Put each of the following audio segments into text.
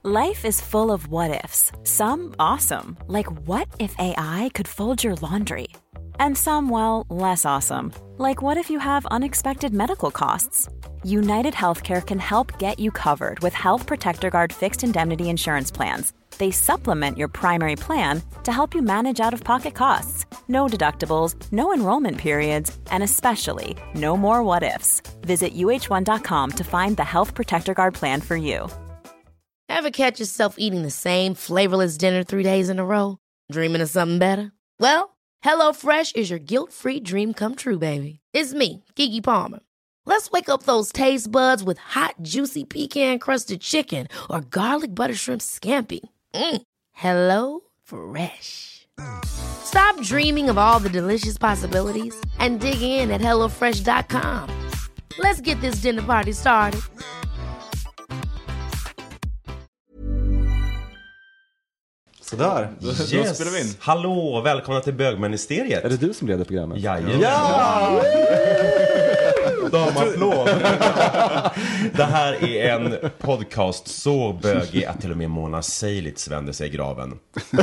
Life is full of what-ifs. Some awesome, like what if AI could fold your laundry? And some, well, less awesome, like what if you have unexpected medical costs? United Healthcare can help get you covered with Health Protector Guard fixed indemnity insurance plans. They supplement your primary plan to help you manage out-of-pocket costs. No deductibles, no enrollment periods, and especially no more what-ifs. Visit uh1.com to find the Health Protector Guard plan for you. Ever catch yourself eating the same flavorless dinner 3 days in a row? Dreaming of something better? Well, HelloFresh is your guilt-free dream come true, baby. It's me, Keke Palmer. Let's wake up those taste buds with hot, juicy pecan-crusted chicken or garlic butter shrimp scampi. Hello Fresh. Stop dreaming of all the delicious possibilities and dig in at HelloFresh.com. Let's get this dinner party started. Sådär. Yes. Då spelar vi in. Hallå, välkomna till Bögministeriet. Är det du som leder programmet? Jajamän. Ja! Damapplåd. Det här är en podcast så bögig att till och med Mona Seilitz vände sig i graven.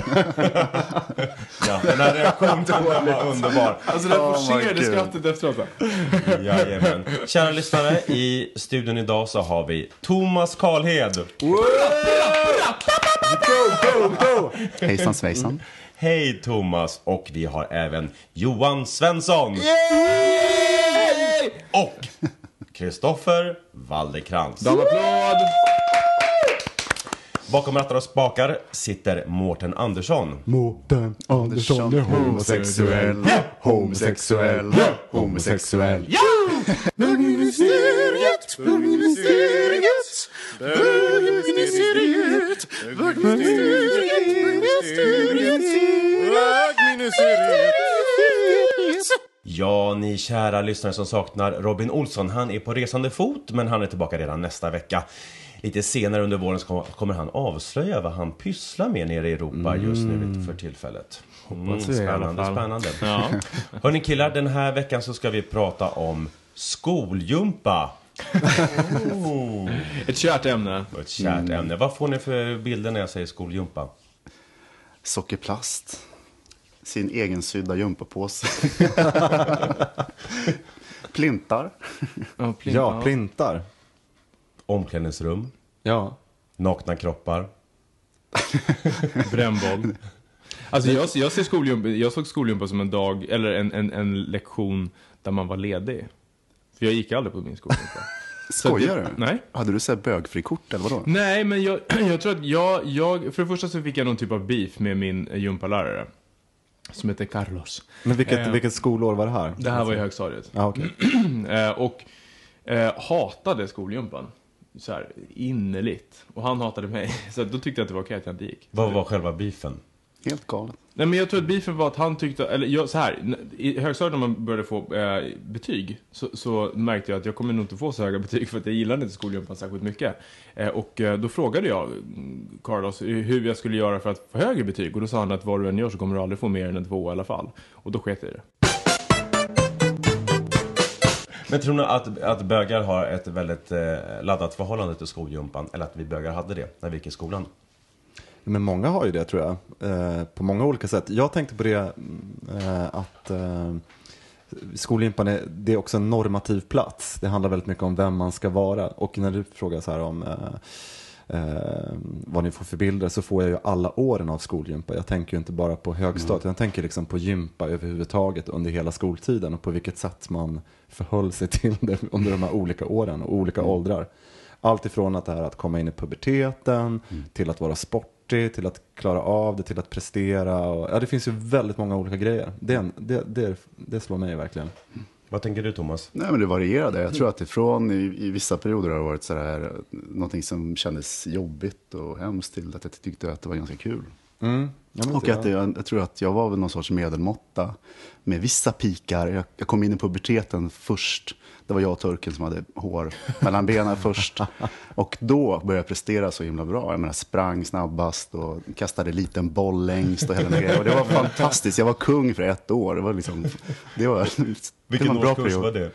Ja, den här reaktionen var underbar. Alltså det forcerade skrattet efteråt. Jajamän. Kära lyssnare, i studion idag så har vi Thomas Karlhed. Go! Hejsan svejsan. Hej Thomas. Och vi har även Johan Svensson. Yay! Och Kristoffer Waldekrans. Damapplåd! Bakom rattar och spakar sitter Mårten Andersson. Mårten Andersson är homosexuell. Homosexuell. Homosexuell. Ja! Bögministeriet. Bögministeriet. Bögministeriet. Ja, ni kära lyssnare som saknar Robin Olsson. Han är på resande fot, men han är tillbaka redan nästa vecka. Lite senare under våren kommer han avslöja vad han pysslar med nere i Europa just nu för tillfället. Spännande. Ja. Hörrni killar, den här veckan så ska vi prata om skoljumpa. Ett kärt ämne. Ett kärt ämne. Vad får ni för bilder när jag säger skoljumpa? Sockerplast. Sin egensydda jumpapåse. Plintar. Ja, plintar. Omklädningsrum. Ja. Nakna kroppar. Brännboll. Alltså jag ser skoljumpa. Jag såg skoljumpa som en dag eller en lektion där man var ledig. För jag gick aldrig på min skoljumpa. Skojar du? Nej. Hade du sett bögfrikort eller vadå? Nej, men jag tror att jag för det första så fick jag någon typ av beef med min gympalärare som heter Carlos. Men vilket skolår var det här? Det här var i högstadiet. Ja, okej. Och hatade skoljumpan så här innerligt. Och han hatade mig. Så då tyckte jag att det var okej att jag inte gick. Vad var själva beefen? Helt galet. Nej, men jag tror att beefen var att han tyckte, eller så här, i högstadiet när man började få betyg så märkte jag att jag kommer nog inte få så höga betyg för att jag gillade inte skoljumpan särskilt mycket. Och då frågade jag Carlos hur jag skulle göra för att få högre betyg. Och då sa han att vad du än gör så kommer du aldrig få mer än en 2 i alla fall. Och då sket jag i det. Men tror ni att bögar har ett väldigt laddat förhållande till skoljumpan? Eller att vi bögar hade det när vi gick i skolan? Men många har ju det, tror jag. På många olika sätt. Jag tänkte på det att skoljumpan det är också en normativ plats. Det handlar väldigt mycket om vem man ska vara. Och när du frågar så här om vad ni får för bilder, så får jag ju alla åren av skolgympa. Jag tänker ju inte bara på högstadiet. Jag tänker liksom på gympa överhuvudtaget under hela skoltiden. Och på vilket sätt man förhöll sig till det under de här olika åren och olika åldrar. Allt ifrån att det här att komma in i puberteten till att vara sportig, till att klara av det, till att prestera. Och, det finns ju väldigt många olika grejer. Det slår mig verkligen. Vad tänker du, Thomas? Nej, men det varierade. Jag tror att ifrån i vissa perioder har det varit så här, någonting som kändes jobbigt och hemskt till att jag tyckte att det var ganska kul. Och att jag tror att jag var väl någon sorts medelmåtta med vissa pikar. Jag kom in i puberteten först. Det var jag och turken som hade hår mellan benen först. Och då började jag prestera så himla bra. Jag menar, sprang snabbast och kastade liten boll längst och hela den grejen. Och det var fantastiskt. Jag var kung för 1 år. Det var liksom, Vilken årskurs var det?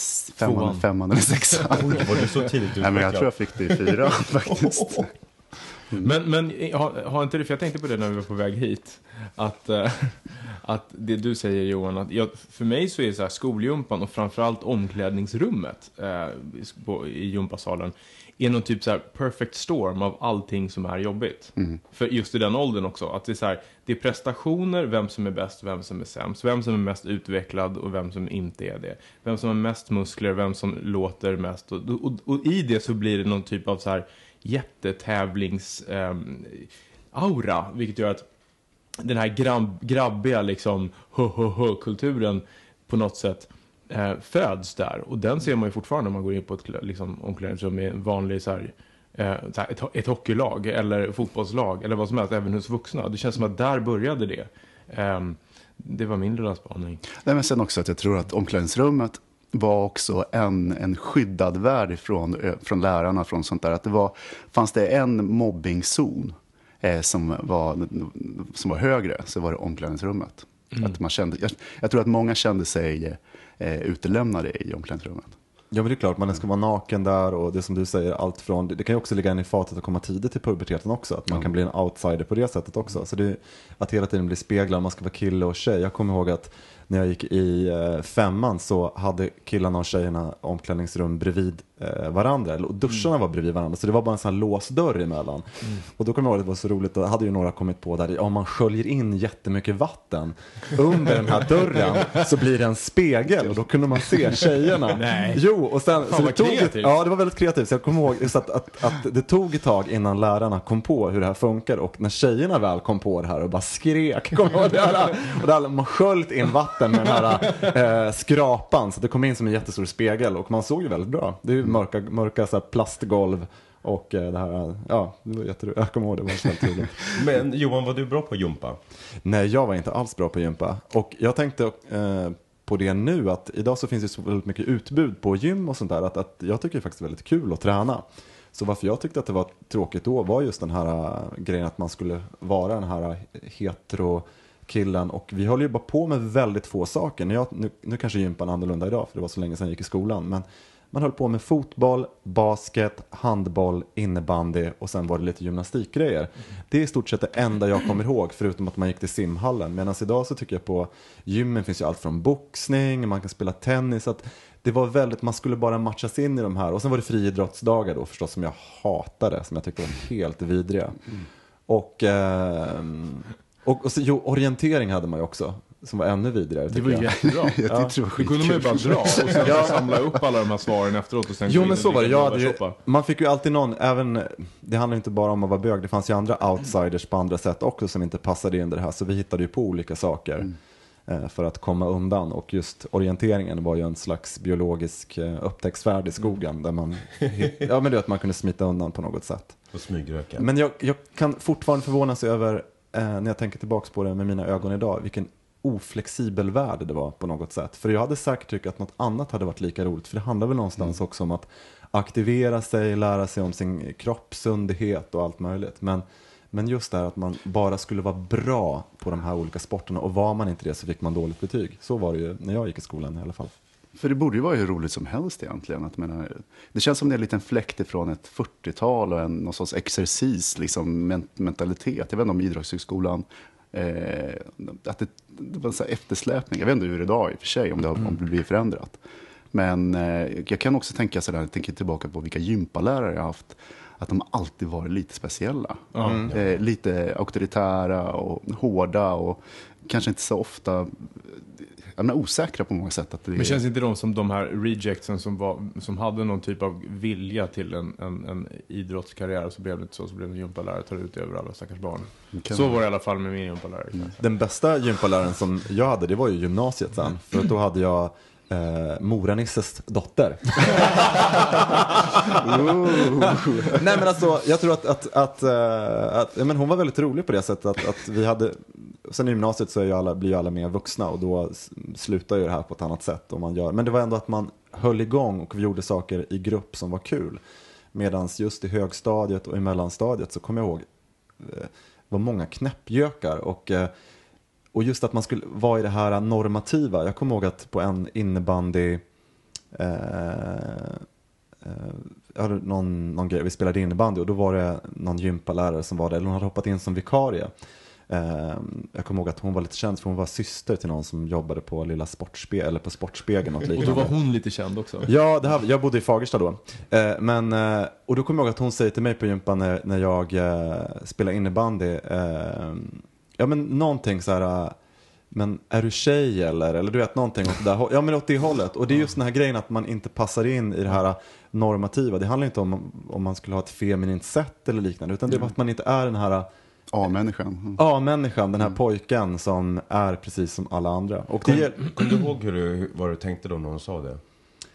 5:an eller 6:an. Var det så tidigt? Nej, men jag tror jag fick det i 4 faktiskt. Men har inte det, för jag tänkte på det när vi var på väg hit, att det du säger, Johan, att för mig så är så här, skoljumpan och framförallt omklädningsrummet i gympasalen är någon typ så här perfect storm av allting som är jobbigt. För just i den åldern också, att det är så här, det är prestationer, vem som är bäst, vem som är sämst, vem som är mest utvecklad och vem som inte är det, vem som har mest muskler, vem som låter mest, och i det så blir det någon typ av så här jättetävlings aura, vilket gör att den här grabbiga liksom kulturen på något sätt föds där, och den ser man ju fortfarande när man går in på ett liksom omklädningsrum med vanlig så här, ett hockeylag eller fotbollslag eller vad som helst, även hos vuxna. Det känns som att där började det. Det var min lilla spaning. Nej, men sen också att jag tror att omklädningsrummet var också en skyddad värld från lärarna, från sånt där. Att fanns det en mobbingzon som var högre, så var det omklädningsrummet. Att man kände, jag tror att många kände sig utelämnade i omklädningsrummet. Ja, men det är klart, man ska vara naken där, och det som du säger, allt från, det kan ju också ligga in i fatet att komma tidigt till puberteten också, att man kan bli en outsider på det sättet också. Så det, att hela tiden bli speglad, man ska vara kille och tjej. Jag kommer ihåg att när jag gick i 5:an så hade killarna och tjejerna omklädningsrum bredvid varandra, och duscharna var bredvid varandra, så det var bara en sån här låsdörr emellan. Och då kommer jag ihåg att det var så roligt, då hade ju några kommit på där, om man sköljer in jättemycket vatten under den här dörren så blir det en spegel, och då kunde man se tjejerna. Nej. Jo, och sen Fan, så kreativt. ja, det var väldigt kreativt. Så jag kommer ihåg just att det tog ett tag innan lärarna kom på hur det här funkar, och när tjejerna väl kom på det här och bara skrek, kom jag ihåg det här, och där man sköljt in vatten med den här skrapan, så det kom in som en jättestor spegel, och man såg ju väldigt bra. Det är ju mörka så här plastgolv, och det här, ja, det var jätteroligt. Jag kommer ihåg det, var väldigt trevligt. Men Johan, var du bra på gympa? Nej, jag var inte alls bra på gympa, och jag tänkte på det nu, att idag så finns det så väldigt mycket utbud på gym och sånt där, att jag tycker det är faktiskt väldigt kul att träna. Så varför jag tyckte att det var tråkigt då var just den här grejen att man skulle vara den här hetero killen, och vi håller ju bara på med väldigt få saker. Nu kanske gympan är annorlunda idag, för det var så länge sedan jag gick i skolan, men man höll på med fotboll, basket, handboll, innebandy, och sen var det lite gymnastikgrejer. Det är i stort sett det enda jag kommer ihåg, förutom att man gick till simhallen. Medan idag så tycker jag på gymmen finns ju allt från boxning, man kan spela tennis, att det var väldigt, man skulle bara matchas in i de här. Och sen var det friidrottsdagar då förstås, som jag hatade, som jag tyckte var helt vidriga. Och så, orientering hade man ju också, som var ännu vidare. Det var ju jättebra. Det kunde man ju bara dra och sen samla upp alla de här svaren efteråt och sen men så var det. Man fick ju alltid någon, även, det handlar inte bara om att vara bög, det fanns ju andra outsiders på andra sätt också som inte passade in i det här, så vi hittade ju på olika saker för att komma undan, och just orienteringen var ju en slags biologisk upptäcktsfärd i skogen där man, ja, men det att man kunde smita undan på något sätt. Och smygröka. Men jag kan fortfarande förvånas över, när jag tänker tillbaka på det med mina ögon idag, vilken oflexibel värld det var på något sätt. För jag hade säkert tyckt att något annat hade varit lika roligt, för det handlar väl någonstans också om att aktivera sig, lära sig om sin kroppssundhet och allt möjligt. Men just det här att man bara skulle vara bra på de här olika sporterna, och var man inte det så fick man dåligt betyg. Så var det ju när jag gick i skolan i alla fall. För det borde ju vara hur roligt som helst egentligen. Det känns som det är en liten fläkt ifrån ett 40-tal och någon sorts exercis, liksom, mentalitet. Jag vet inte om idrottshögskolan, att det var en sån här eftersläpning. Jag vet inte hur det är idag i och för sig, om det blir förändrat. Men jag kan också tänka sådär, jag tänker tillbaka på vilka gympalärare jag har haft, att de alltid varit lite speciella. Lite auktoritära och hårda, och kanske inte så ofta osäkra på många sätt. Men känns inte de som de här rejectsen som hade någon typ av vilja till en idrottskarriär, och så blev det inte så blev det gympalärare, tar ut över alla stackars barn. Så var det i alla fall med min gympalärare. Den bästa gympaläraren som jag hade, det var ju gymnasiet sen. För att då hade jag Moranisses dotter. Nej, men alltså, jag tror att men hon var väldigt rolig på det sättet att vi hade, sen i gymnasiet så blir ju alla mer vuxna, och då slutar ju det här på ett annat sätt om man gör. Men det var ändå att man höll igång och vi gjorde saker i grupp som var kul. Medans just i högstadiet och i mellanstadiet så kommer jag ihåg var många knäppjökar, och just att man skulle vara i det här normativa. Jag kommer ihåg att på en innebandy jag hade någon grej, vi spelade innebandy och då var det någon gympalärare som var där, eller hon hade hoppat in som vikarie. Jag kommer ihåg att hon var lite känd för hon var syster till någon som jobbade på lilla Sportspegeln eller på Sportspegeln något liknande. Och då var hon lite känd också. Ja, jag bodde i Fagersta då. Och då kommer jag ihåg att hon säger till mig på gympan när jag spelar innebandy, ja men någonting så här, men är du tjej eller du vet någonting åt det där, ja men åt det hållet. Och det är just den här grejen att man inte passar in i det här normativa. Det handlar inte om man skulle ha ett feminint sätt eller liknande, utan det är att man inte är den här A-människan. A-människan, den här pojken som är precis som alla andra. Och Kommer du ihåg vad du tänkte då när hon sa det?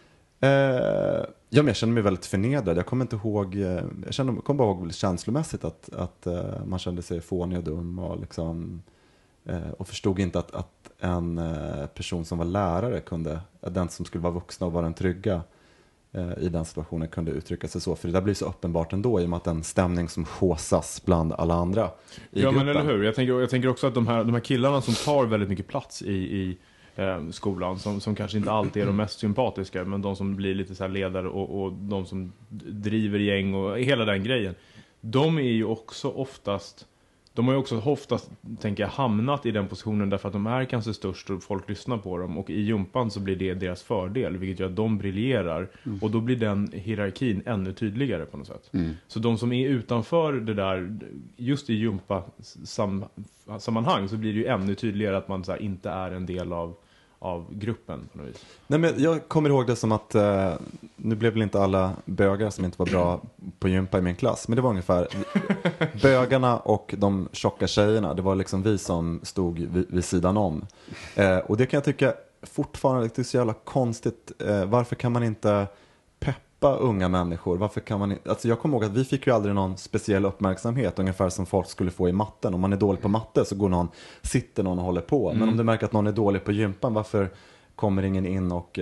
Ja, men jag kände mig väldigt förnedrad. Jag kommer inte ihåg, jag kommer bara ihåg känslomässigt att man kände sig fånig och dum och liksom, och förstod inte att en person som var lärare den som skulle vara vuxna och vara den trygga i den situationen kunde uttrycka sig så. För det där blir så uppenbart ändå i och med att den stämning som håsas bland alla andra i gruppen. Men eller hur? Jag tänker också att de här killarna som tar väldigt mycket plats i skolan, som kanske inte alltid är de mest sympatiska, men de som blir lite så här ledare och de som driver gäng och hela den grejen, de är ju också oftast, tänker jag, hamnat i den positionen därför att de är kanske störst och folk lyssnar på dem, och i jumpan så blir det deras fördel, vilket gör att de briljerar, och då blir den hierarkin ännu tydligare på något sätt. Så de som är utanför det där, just i jumpa sammanhang, så blir det ju ännu tydligare att man så här inte är en del av gruppen på något vis. Nej, men jag kommer ihåg det som att nu blev väl inte alla bögar som inte var bra på gympa i min klass, men det var ungefär bögarna och de tjocka tjejerna, det var liksom vi som stod vid sidan om. Och det kan jag tycka fortfarande är så jävla konstigt. Varför kan man inte peppa unga människor? Varför kan man inte? Alltså jag kommer ihåg att vi fick ju aldrig någon speciell uppmärksamhet, ungefär som folk skulle få i matten. Om man är dålig på matte så sitter någon och håller på. Men om du märker att någon är dålig på gympan, varför kommer ingen in och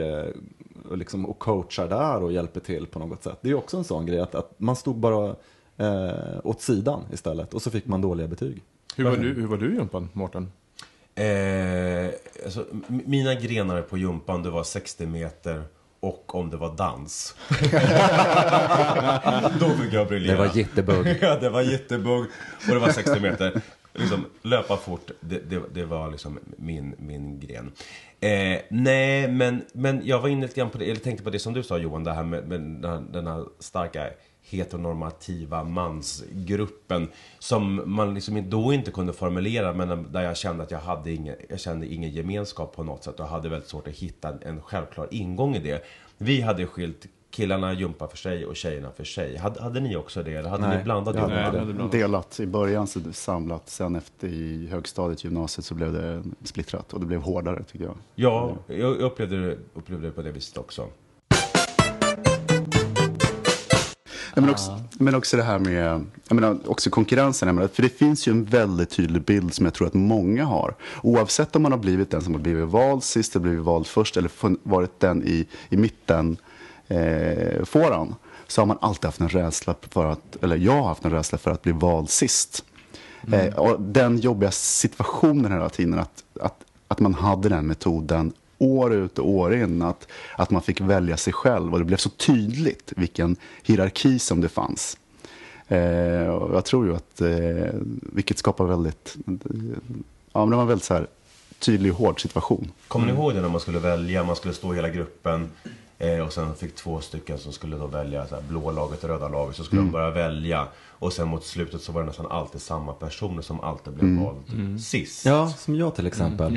coachar där och hjälper till på något sätt? Det är ju också en sån grej att man stod bara åt sidan istället, och så fick man dåliga betyg. Hur var du i jumpan, Mårten? Alltså, mina grenar på jumpan, det var 60 meter och om det var dans. Då fick jag briljera. Det var jättebugg. Ja, det var jättebugg. Och det var 60 meter. Liksom, löpa fort, det var liksom min gren. Nej, men jag var inne lite grann på det, eller tänkte på det som du sa, Johan, det här med den här starka heteronormativa mansgruppen som man liksom då inte kunde formulera, men där jag kände att jag kände ingen gemenskap på något sätt och hade väldigt svårt att hitta en självklar ingång i det. Vi hade skilt killarna jumpa för sig och tjejerna för sig. Hade ni också det? Eller hade ni blandat? Delat i början, så samlat. Sen efter i högstadiet, gymnasiet, så blev det splittrat och det blev hårdare, tycker jag. Ja, jag upplevde det på det viset också. Men också det här med, jag menar, också konkurrensen, för det finns ju en väldigt tydlig bild som jag tror att många har, oavsett om man har blivit den som har blivit vald sist eller blivit vald först eller varit den i mitten fåran, så har man alltid haft en rädsla jag har haft en rädsla för att bli vald sist. Och den jobbiga situationen hela tiden, att man hade den metoden år ut och år in, att man fick välja sig själv, och det blev så tydligt vilken hierarki som det fanns. Och jag tror ju att vilket skapar väldigt, ja, men det var en väldigt så här tydlig och hård situation. Kommer ni ihåg det när man skulle välja, man skulle stå i hela gruppen och sen fick 2 stycken som skulle då välja så här, blå laget och röda laget, så skulle de börja välja, och sen mot slutet så var det nästan alltid samma personer som alltid blev vald sist. Ja, som jag till exempel.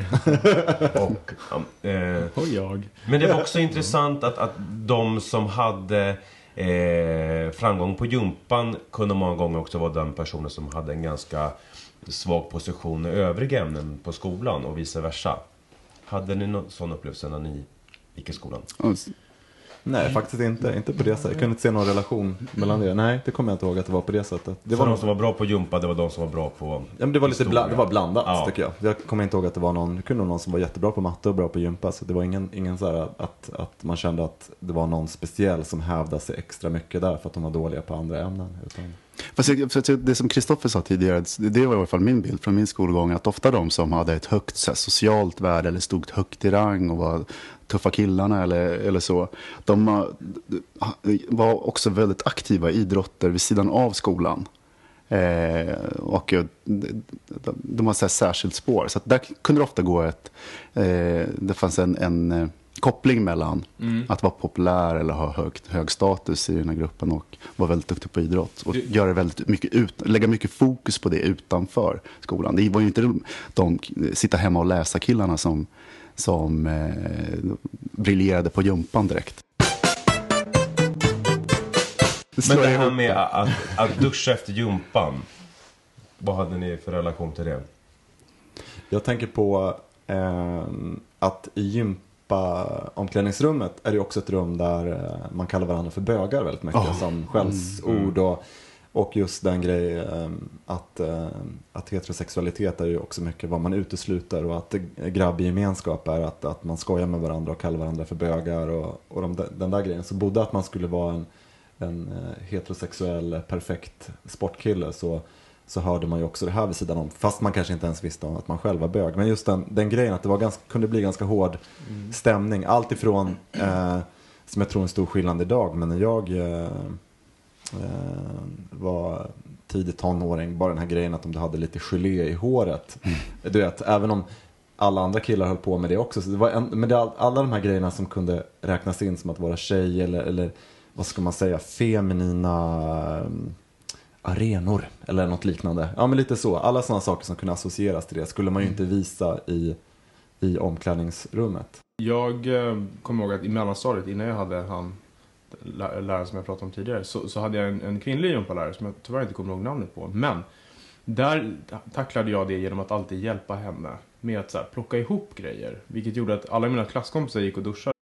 Och jag. Men det var också intressant att de som hade framgång på jumpan kunde många gånger också vara den personen som hade en ganska svag position i övriga ämnen på skolan och vice versa. Hade ni någon sån upplevelse när ni gick i skolan? Nej, faktiskt inte på det sättet. Jag kunde inte se någon relation mellan det. Nej, det kommer jag inte ihåg att det var på det sättet. Det var de som var bra på jumpa, det var de som var bra på... Ja, men det var lite det var blandat, tycker jag. Jag kommer inte ihåg att det var någon som var jättebra på matte och bra på gympa. Så det var ingen så här att man kände att det var någon speciell som hävdade sig extra mycket där för att de var dåliga på andra ämnen. Fast det som Kristoffer sa tidigare, det var i alla fall min bild från min skolgång, att ofta de som hade ett högt så här, socialt värde eller stod högt i rang och var tuffa killarna eller så, de var också väldigt aktiva i idrotter vid sidan av skolan. Och de har så här särskilt spår, så att där kunde det ofta gå det fanns en koppling mellan att vara populär eller ha hög status i den här gruppen och vara väldigt duktig på idrott och göra väldigt mycket lägga mycket fokus på det utanför skolan. Det var ju inte de sitta hemma och läsa killarna som briljerade på jumpan direkt. Men det här med att duscha efter jumpan, vad hade ni för relation till det? Jag tänker på att i omklädningsrummet är det också ett rum där man kallar varandra för bögar väldigt mycket som skällsord och just den grejen att heterosexualitet är ju också mycket vad man utesluter och att grabbgemenskap är att man skojar med varandra och kallar varandra för bögar och den där grejen. Så både att man skulle vara en heterosexuell perfekt sportkille så hörde man ju också det här vid sidan om, fast man kanske inte ens visste om att man själv var bög. Men just den grejen att det kunde bli ganska hård stämning. Allt ifrån, som jag tror en stor skillnad idag, men när jag var tidig tonåring, bara den här grejen att om du hade lite gelé i håret. Du vet, även om alla andra killar höll på med det också. Så det var men alla de här grejerna som kunde räknas in som att vara tjej eller vad ska man säga, feminina arenor eller något liknande. Ja, men lite så. Alla sådana saker som kunde associeras till det skulle man ju inte visa i omklädningsrummet. Jag kommer ihåg att i mellanstadiet, innan jag hade lärare som jag pratade om tidigare, så hade jag en kvinnlig gympalärare som jag tyvärr inte kommer ihåg namnet på. Men där tacklade jag det genom att alltid hjälpa henne med att så här, plocka ihop grejer. Vilket gjorde att alla mina klasskompisar gick och duschade.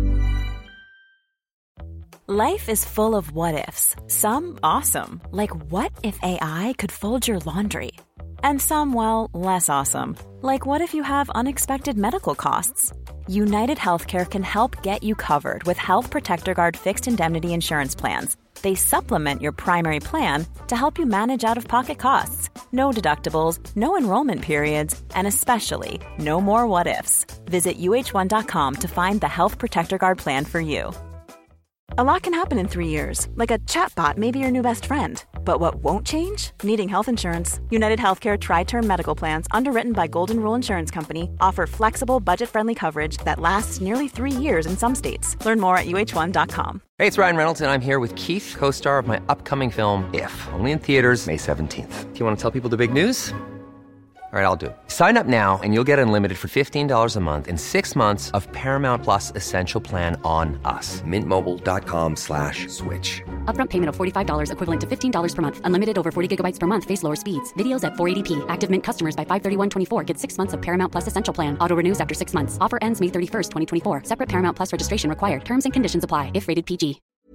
Life is full of what-ifs. Some awesome, like what if AI could fold your laundry? And some, well, less awesome, like what if you have unexpected medical costs? United Healthcare can help get you covered with Health Protector Guard fixed indemnity insurance plans. They supplement your primary plan to help you manage out-of-pocket costs. No deductibles, no enrollment periods, and especially no more what-ifs. Visit uh1.com to find the Health Protector Guard plan for you. A lot can happen in 3 years, like a chatbot may be your new best friend. But what won't change? Needing health insurance. United Healthcare Tri-Term Medical Plans, underwritten by Golden Rule Insurance Company, offer flexible, budget-friendly coverage that lasts nearly 3 years in some states. Learn more at uh1.com. Hey, it's Ryan Reynolds, and I'm here with Keith, co-star of my upcoming film, If, only in theaters May 17th. Do you want to tell people the big news? All right, I'll do it. Sign up now and you'll get unlimited for $15 a month and 6 months of Paramount Plus Essential Plan on us. MintMobile.com/switch. Upfront payment of $45 equivalent to $15 per month. Unlimited over 40 gigabytes per month. Face lower speeds. Videos at 480p. Active Mint customers by 531.24 get 6 months of Paramount Plus Essential Plan. Auto renews after 6 months. Offer ends May 31st, 2024. Separate Paramount Plus registration required. Terms and conditions apply if rated PG.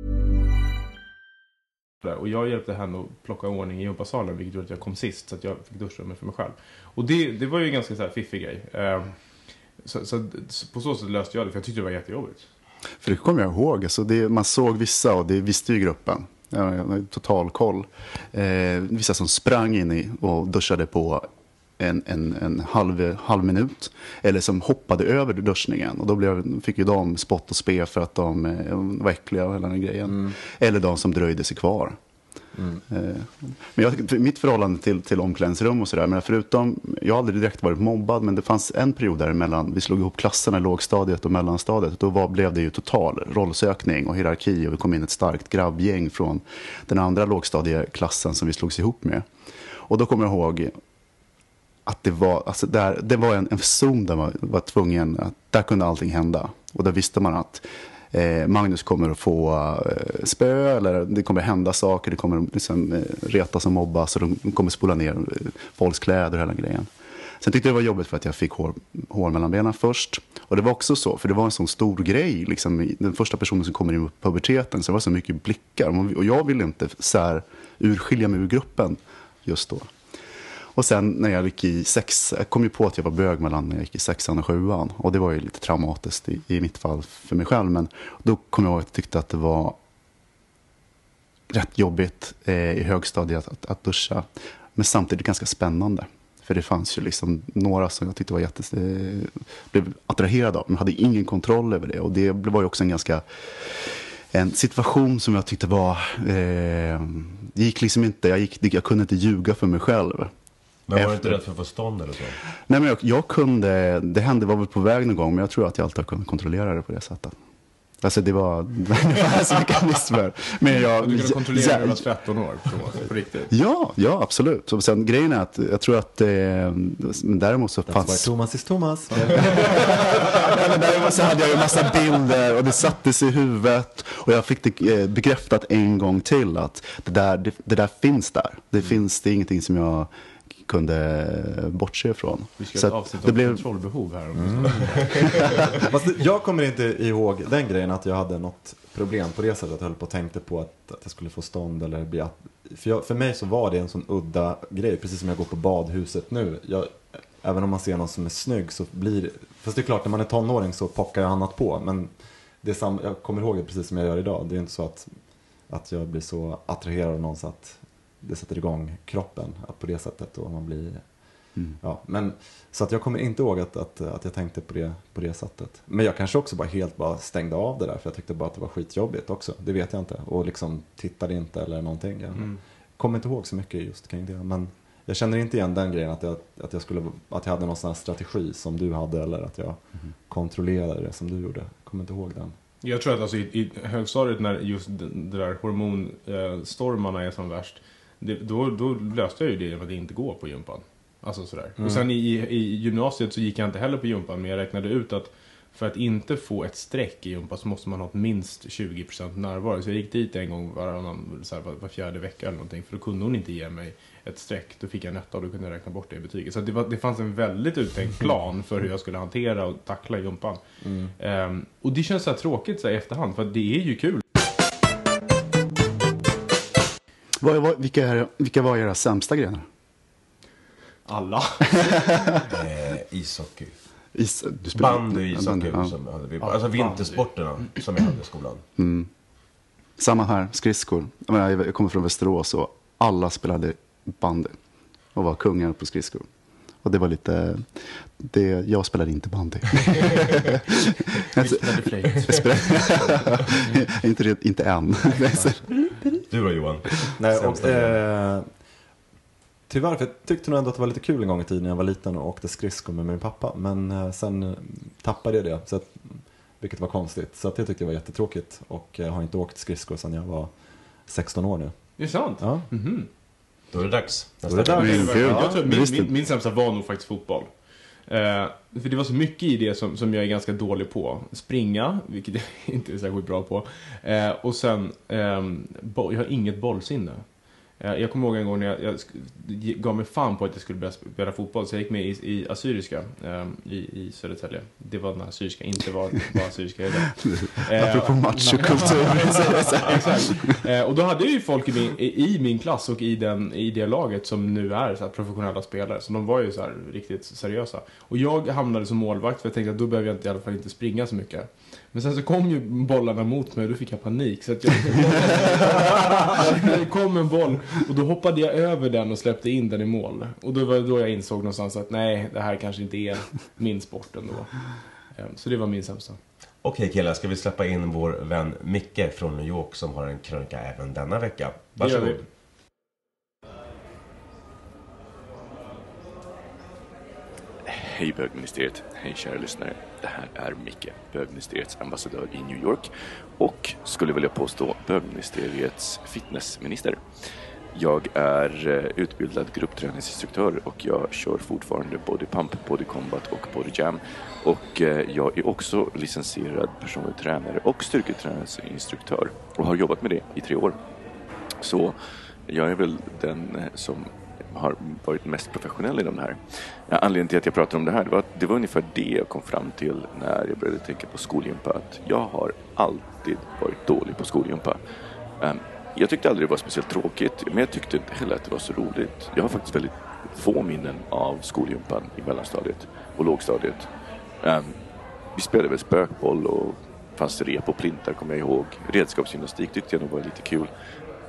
Och jag hjälpte henne att plocka ordning i gympasalen, vilket gjorde att jag kom sist, så att jag fick duschrummet för mig själv. Och det var ju en ganska så här fiffig grej. Så på så sätt löste jag det, för jag tyckte det var jättejobbigt. För det kommer jag ihåg. Alltså man såg vissa, och det visste ju gruppen. Total koll. Vissa som sprang in i och duschade på en halv minut. Eller som hoppade över duschningen. Och då fick ju de spott och spe för att de var äckliga och hela den grejen. Eller de som dröjde sig kvar. Men mitt förhållande till omklädningsrum och sådär, men förutom, jag har aldrig direkt varit mobbad, men det fanns en period däremellan, vi slog ihop klasserna i lågstadiet och mellanstadiet, då blev det ju total rollsökning och hierarki, och vi kom in ett starkt grabbgäng från den andra lågstadieklassen som vi slogs ihop med. Och då kommer jag ihåg att det var en zon där man var tvungen, att där kunde allting hända, och där visste man att Magnus kommer att få spö, eller det kommer hända saker, det kommer liksom retas och mobbas, och de kommer spola ner folks kläder och hela grejen. Sen tyckte jag det var jobbigt för att jag fick hår mellan benen först, och det var också så, för det var en sån stor grej liksom, den första personen som kommer in på puberteten, så det var så mycket blickar, och jag ville inte urskilja mig ur gruppen just då. Och sen när jag gick i jag kom ju på att jag var bög mellan när jag gick i 6:an och 7:an. Och det var ju lite traumatiskt i mitt fall för mig själv. Men då kom jag ihåg att jag tyckte att det var rätt jobbigt i högstadiet att duscha. Men samtidigt ganska spännande. För det fanns ju liksom några som jag tyckte var blev attraherad av. Men hade ingen kontroll över det. Och det var ju också en situation som jag tyckte var... det gick liksom inte... Jag kunde inte ljuga för mig själv. Men var du inte rädd för att få stånd eller så? Nej, men jag kunde... Det hände var väl på väg någon gång. Men jag tror att jag alltid kunde kontrollera det på det sättet. Alltså det var så mekanismer. Men du kunde kontrollera när du var 13 år på riktigt. Ja, absolut. Och sen grejen är att jag tror att däremot så fanns... Thomas is Thomas. Men däremot så hade jag ju en massa bilder och det sattes i huvudet. Och jag fick det bekräftat en gång till att det där finns där. Det är ingenting som jag kunde bortse ifrån. Vi ska ha ett avsnitt om kontrollbehov här. Fast jag kommer inte ihåg den grejen att jag hade något problem på det sättet. Att jag höll på och tänkte på att jag skulle få stånd eller bli... För mig så var det en sån udda grej. Precis som jag går på badhuset nu. Även om man ser någon som är snygg så blir... Fast det är klart, när man är tonåring så pockar jag annat på. Men det är jag kommer ihåg det precis som jag gör idag. Det är inte så att jag blir så attraherad av någon så att det sätter igång kroppen på det sättet och man blir ja, men så att jag kommer inte ihåg att jag tänkte på det sättet. Men jag kanske också bara stängde av det där för jag tyckte bara att det var skitjobbigt också. Det vet jag inte och liksom tittade inte eller någonting. Jag kommer inte ihåg så mycket just kring det, men jag känner inte igen den grejen att jag hade någon sån här strategi som du hade eller att jag kontrollerade det som du gjorde. Jag kommer inte ihåg den. Jag tror att alltså i högstadiet när just det där hormonstormarna är som värst, då löste jag ju det genom att inte gå på gympan. Alltså sådär. Och sen i gymnasiet så gick jag inte heller på gympan, men jag räknade ut att för att inte få ett streck i gympan så måste man ha minst 20% närvaro. Så jag gick dit en gång var fjärde vecka eller någonting, för då kunde hon inte ge mig ett streck. Då fick jag en 1 och då kunde jag räkna bort det i betyget. Så det fanns en väldigt uttänkt plan för hur jag skulle hantera och tackla gympan. Och det känns så här tråkigt så här i efterhand, för det är ju kul. Vilka var era sämsta grenar? Alla. Ishockey. Bandy, ishockey. Alltså vintersporterna som jag hade i skolan. Samma här, skridskor. Jag kommer från Västerås och alla spelade bandy och var kungar på skridskor. Och det var lite... jag spelade inte bandy. Inte än. Du då, Johan? Nej, tyvärr, för jag tyckte nog ändå att det var lite kul en gång i tiden när jag var liten och åkte skridskor med min pappa. Men sen tappade jag det, så att, vilket var konstigt. Så att jag tyckte det var jättetråkigt. Och jag har inte åkt skridskor sedan jag var 16 år nu. Det är sant? Ja. Då är det dags. Jag tror min sämsta var nog faktiskt fotboll. För det var så mycket i det som jag är ganska dålig på. Springa, vilket jag inte är särskilt bra på. Och sen, jag har inget bollsinne. Jag kommer ihåg en gång när jag gav mig fan på att jag skulle börja spela fotboll. Så jag gick med i Assyriska i Södertälje. Det var den Assyriska, inte vad Assyriska är det. Apropå machokultur. Exakt. Och då hade ju folk i min klass och i det laget som nu är så här professionella spelare. Så de var ju så här riktigt seriösa. Och jag hamnade som målvakt för jag tänkte att då behöver jag inte, i alla fall inte springa så mycket. Men sen så kom ju bollarna mot mig och då fick jag panik. Så att det kom en boll och då hoppade jag över den och släppte in den i mål. Och då var det då jag insåg någonstans att nej, det här kanske inte är min sport ändå. Så det var min sämsta. Okej killar, ska vi släppa in vår vän Micke från New York som har en krönika även denna vecka. Varsågod. Hej bögministeriet, hej kära lyssnare. Det här är Micke, bögministeriets ambassadör i New York och skulle vilja påstå bögministeriets fitnessminister. Jag är utbildad gruppträningsinstruktör och jag kör fortfarande body pump, body combat och body jam. Och jag är också licensierad personlig tränare och styrketräningsinstruktör och har jobbat med det i 3 år. Så jag är väl den som har varit mest professionell i de här. Anledningen till att jag pratar om det här, det var ungefär det jag kom fram till när jag började tänka på skolgympa. Att jag har alltid varit dålig på skolgympa. Jag tyckte aldrig det var speciellt tråkigt, men jag tyckte inte heller att det var så roligt. Jag har faktiskt väldigt få minnen av skolgympan i mellanstadiet och lågstadiet. Vi spelade väl spökboll och fanns rep och plintar, kommer jag ihåg. Redskapsgymnastik tyckte jag nog var lite kul.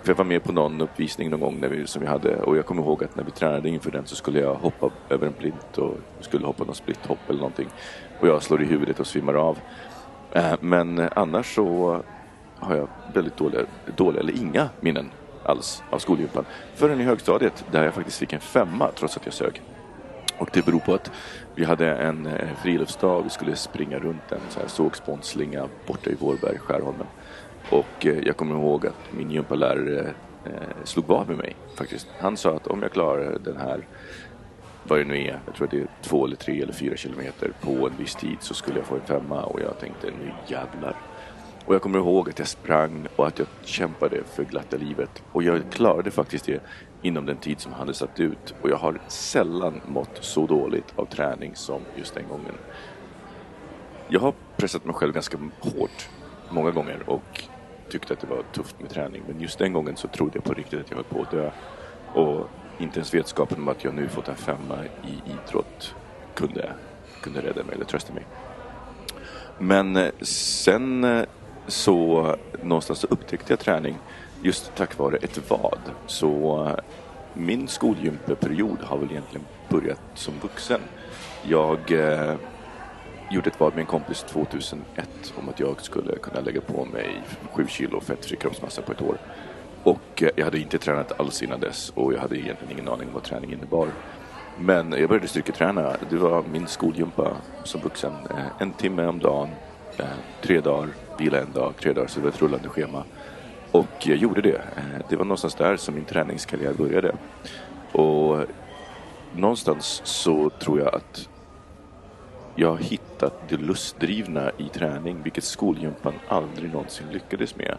För jag var med på någon uppvisning någon gång som vi hade, och jag kommer ihåg att när vi tränade inför den så skulle jag hoppa över en plint och skulle hoppa någon splitthopp eller någonting. Och jag slår i huvudet och svimmar av. Men annars så har jag väldigt dåliga eller inga minnen alls av skolgympan. Förrän i högstadiet där jag faktiskt fick en 5 trots att jag sög. Och det beror på att vi hade en friluftsdag. Vi skulle springa runt en så här sågspånslinga borta i Vårberg, Skärholmen. Och jag kommer ihåg att min gympalärare slog vad med mig faktiskt. Han sa att om jag klarar den här, vad det nu är, jag tror att det är 2 eller 3 eller 4 kilometer på en viss tid, så skulle jag få en 5. Och jag tänkte, nu jävlar. Och jag kommer ihåg att jag sprang och att jag kämpade för glatta livet. Och jag klarade faktiskt det inom den tid som han hade satt ut. Och jag har sällan mått så dåligt av träning som just den gången. Jag har pressat mig själv ganska hårt många gånger och tyckte att det var tufft med träning. Men just den gången så trodde jag på riktigt att jag höll på att dö. Och inte ens vetskapen om att jag nu fått en 5 i idrott kunde rädda mig eller trösta mig. Men sen så någonstans så upptäckte jag träning just tack vare ett vad. Så min skolgympeperiod har väl egentligen börjat som vuxen. Jag gjorde ett vad med en kompis 2001 om att jag skulle kunna lägga på mig 7 kilo fettfri kroppsmassa på ett år. Och jag hade inte tränat alls innan dess och jag hade egentligen ingen aning om vad träning innebar. Men jag började styrketräna. Det var min skolgympa som vuxen. 1 timme om dagen, 3 dagar, vila 1 dag, 3 dagar, så det var ett rullande schema. Och jag gjorde det. Det var någonstans där som min träningskarriär började. Och någonstans så tror jag att jag har hittat det lustdrivna i träning, vilket skolgympan aldrig någonsin lyckades med.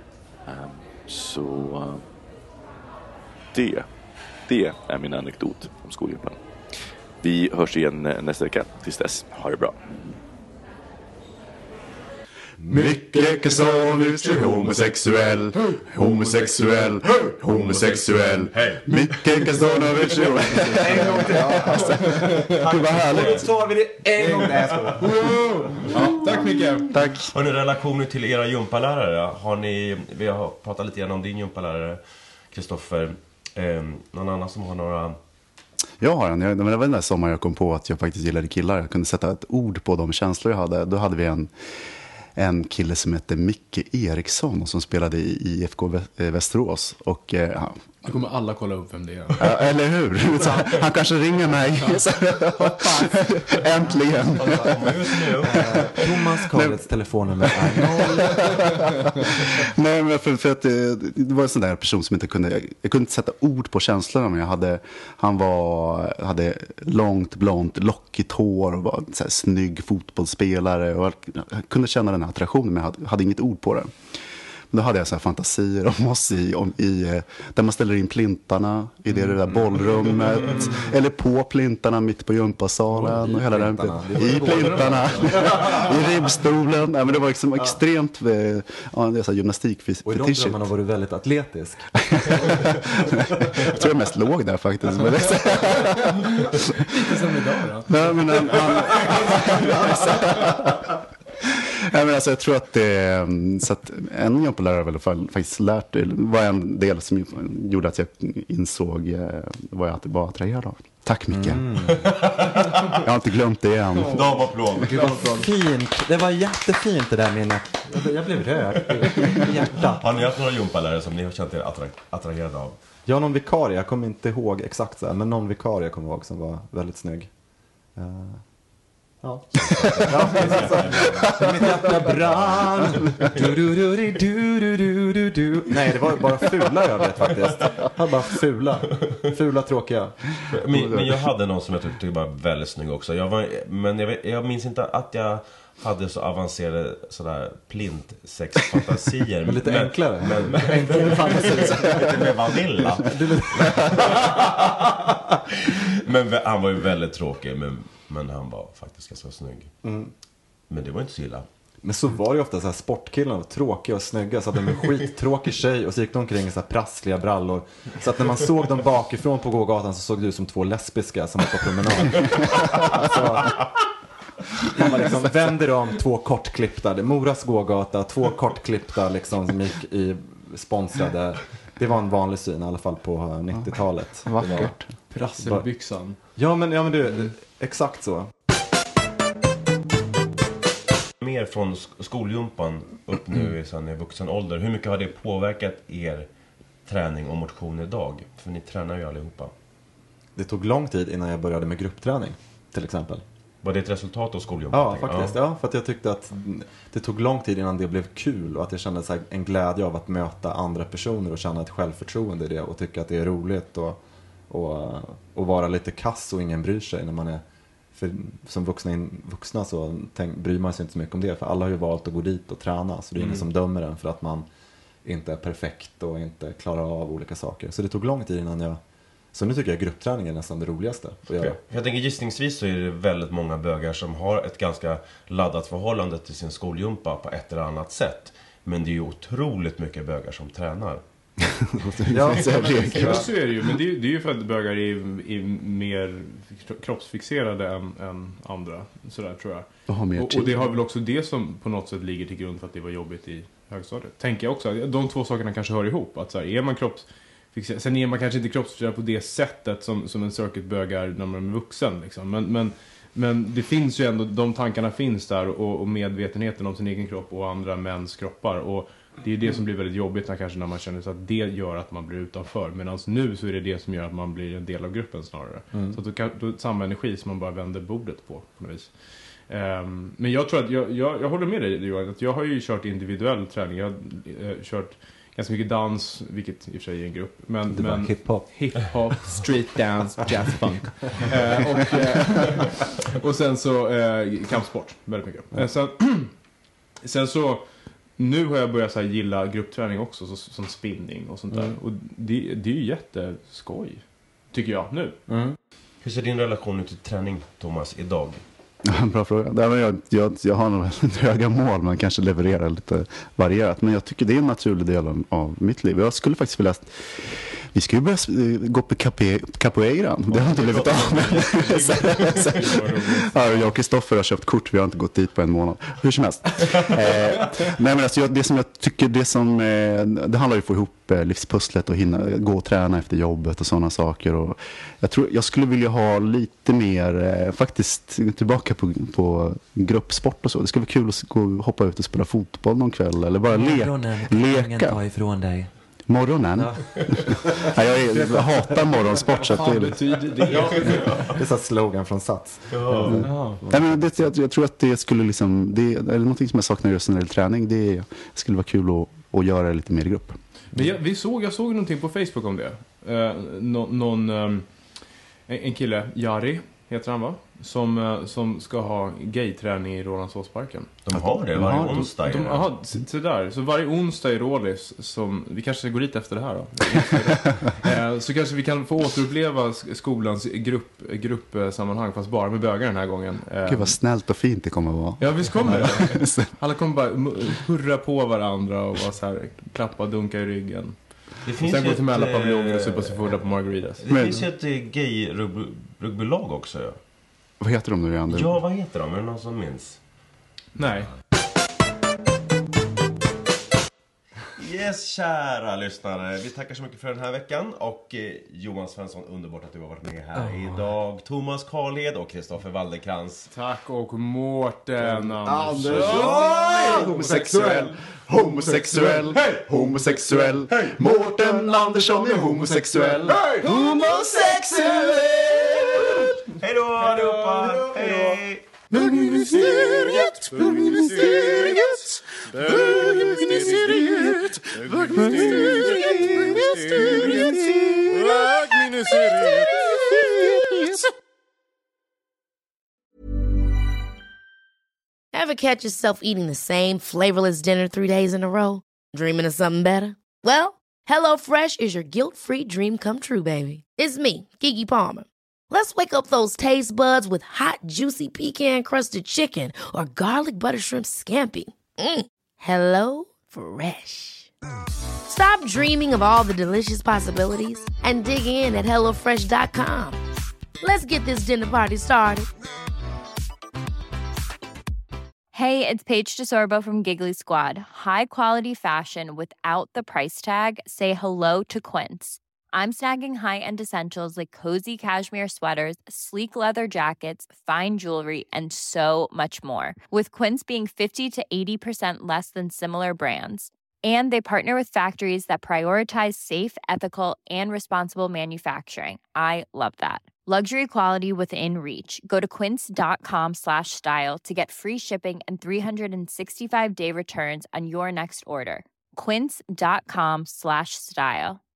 Så det är min anekdot om skolgympan. Vi hörs igen nästa vecka. Tills dess, ha det bra. Micke Kasanovich är homosexuell. Homosexuell. Homosexuell. Micke Kasanovich är en gång till. Det var härligt. Så har vi det en gång. Ja, tack Micke. Tack. Har ni relationer till era gympalärare? Vi har pratat lite grann om din gympalärare, Kristoffer. Någon annan som har några... Jag har en. Det var den där sommaren jag kom på att jag faktiskt gillade killar. Jag kunde sätta ett ord på de känslor jag hade. Då hade vi en kille som hette Micke Eriksson och som spelade i IFK Västerås. Och Nu kommer alla kolla upp vem det är. Ja, eller hur? Så han kanske ringer mig. Äntligen. Thomas Karlets telefonnummer är 0. Nej, men för att det var en sån där person som jag kunde inte sätta ord på känslorna, men han hade långt, blont, lockigt hår och var en så här snygg fotbollsspelare och jag kunde känna den här attraktionen, men jag hade inget ord på det. Då hade jag så här fantasier om oss där man ställer in plintarna i det där bollrummet eller på plintarna mitt på gympasalen och hela den i plintarna i ribbstolen. Nej, men det var liksom extremt det är så gymnastikfetisch. Och i de drömmarna var du väldigt atletisk. Jag tror jag mest låg där faktiskt. Men lite som idag då. Nej, men ja, men alltså, jag tror att så att en gympalärare i alla fall faktiskt lärt det var en del som gjorde att jag insåg vad jag var attraherad av. Tack Micke. Jag har inte glömt det än. Det var fint. Det var jättefint det där med jag blev rörd i hjärtat. Har ni haft några gympalärare som ni har känt er attraherade av? Ja, någon vikarie. Jag kommer inte ihåg exakt så här, men någon vikarie jag kommer ihåg som var väldigt snygg. Ja. Mitt hjärta brann. Nej, det var bara fula jag vet faktiskt. Jag bara fula tråkiga. Men jag hade någon som jag tyckte var väldigt snygg också. Jag minns inte att jag hade så avancerade sådär plint-sexfantasier. Men lite enklare. Men enklare fantasier. Lite mer vanilla. Men han var ju väldigt tråkig. Men han var faktiskt ganska snygg. Men det var inte så illa. Men så var det ju ofta så här sportkillarna, tråkiga och snygga. Så hade de en skittråkig tjej och så gick de omkring i så här prassliga brallor. Så att när man såg dem bakifrån på gågatan så såg det ut som 2 lesbiska som var på promenad. Så man liksom vänder om 2 kortklippta. Moras gågata, 2 kortklippta liksom som gick i sponsrade Det var en vanlig syn, i alla fall på 90-talet. Vackert. Prasselbyxan. Ja, men du, exakt så. Mer från skoljumpan upp nu i vuxen ålder. Hur mycket har det påverkat er träning och motion idag? För ni tränar ju allihopa. Det tog lång tid innan jag började med gruppträning, till exempel. Var det ett resultat av skoljumpan? Ja, faktiskt. Ja, för att jag tyckte att det tog lång tid innan det blev kul. Och att jag kände så här en glädje av att möta andra personer och känna ett självförtroende i det. Och tycka att det är roligt och vara lite kass och ingen bryr sig när man är... För som vuxna så bryr man sig inte så mycket om det. För alla har ju valt att gå dit och träna. Så det är ingen som dömer en för att man inte är perfekt och inte klarar av olika saker. Så det tog lång tid innan jag... Så nu tycker jag gruppträning är nästan det roligaste att göra. Jag tänker gissningsvis så är det väldigt många bögar som har ett ganska laddat förhållande till sin skoljumpa på ett eller annat sätt. Men det är ju otroligt mycket bögar som tränar. Ja, så är det ju. Men det är ju för att bögar är mer kroppsfixerade än andra. Sådär tror jag. Och det har väl också det som på något sätt ligger till grund för att det var jobbigt i högstadiet. Tänker jag också. De två sakerna kanske hör ihop. Att så här, är man kroppsfixerad. Sen är man kanske inte kroppsfixerad på det sättet som en circuitbögar när man är vuxen. Liksom. Men det finns ju ändå, de tankarna finns där och medvetenheten om sin egen kropp och andra mäns kroppar. Och det är det som blir väldigt jobbigt när man känner så att det gör att man blir utanför. Medan nu så är det som gör att man blir en del av gruppen snarare. Så att då är det samma energi som man bara vänder bordet på något vis. Men jag tror att jag håller med dig, Johan, att jag har ju kört individuell träning. Jag har kört ganska mycket dans, vilket i och för sig är en grupp. Men hiphop, street dance, jazzfunk. Och sen så kampsport, väldigt mycket. Sen så nu har jag börjat så här gilla gruppträning också, som spinning och sånt där. Och det är ju jätteskoj, tycker jag nu. Hur ser din relation till träning, Thomas, idag? Bra fråga. Jag har nog höga mål, men kanske levererar lite varierat. Men jag tycker det är en naturlig del av mitt liv. Jag skulle faktiskt vilja... Vi ska ju börja gå på capoeiran. Det har inte blivit av. Jag och Kristoffer har köpt kort. Vi har inte gått dit på en månad. Hur som helst. Nej, men alltså, det som jag tycker, det handlar ju om att få ihop livspusslet och gå och träna efter jobbet och sådana saker. Och jag skulle vilja ha lite mer, faktiskt tillbaka på gruppsport och så. Det skulle vara kul att gå och hoppa ut och spela fotboll någon kväll. Eller bara leka. Ta ifrån dig. Morgonen? Ja. Jag hatar morgonsport. Så det är så slogan från Sats. Nej, men jag tror att det skulle liksom... Det är någonting som jag saknar just när det gäller träning. Det skulle vara kul att göra det lite mer i grupp. Men jag såg någonting på Facebook om det. En kille, Jari heter han, va? Som ska ha gayträning i Rålambshovsparken. De har det varje onsdag. Så varje onsdag i Rålis, som vi kanske går dit efter det här då. Så kanske vi kan få återuppleva skolans gruppsammanhang, fast bara med bögar den här gången. Gud vad snällt och fint det kommer att vara. Ja, visst kommer det. Alla kommer bara hurra på varandra och vara så här, klappa och dunka i ryggen. Det finns sen gå till Mälarpaviljongen och supa sig fulla på margaritas. Det finns ju ett gay-rugbylag också, ja. Vad heter de nu igen? Ja, vad heter de? Är det någon som minns? Nej. Yes, kära lyssnare. Vi tackar så mycket för den här veckan. Och Johan Svensson, underbart att du har varit med här idag. Thomas Karlhed och Kristoffer Waldekrans. Tack, och Mårten Andersson. Homosexuell. Mårten Andersson är homosexuell. Homosexuell. Hej då allihopa. Hej. Bögministeriet. Ever catch yourself eating the same flavorless dinner 3 days in a row? Dreaming of something better? Well, HelloFresh is your guilt-free dream come true, baby. It's me, Keke Palmer. Let's wake up those taste buds with hot, juicy pecan-crusted chicken or garlic butter shrimp scampi. Hello Fresh. Stop dreaming of all the delicious possibilities and dig in at HelloFresh.com. Let's get this dinner party started. Hey, it's Paige DeSorbo from Giggly Squad. High quality fashion without the price tag. Say hello to Quince. I'm snagging high-end essentials like cozy cashmere sweaters, sleek leather jackets, fine jewelry, and so much more. With Quince being 50 to 80% less than similar brands. And they partner with factories that prioritize safe, ethical, and responsible manufacturing. I love that. Luxury quality within reach. Go to quince.com/style to get free shipping and 365-day returns on your next order. Quince.com/style.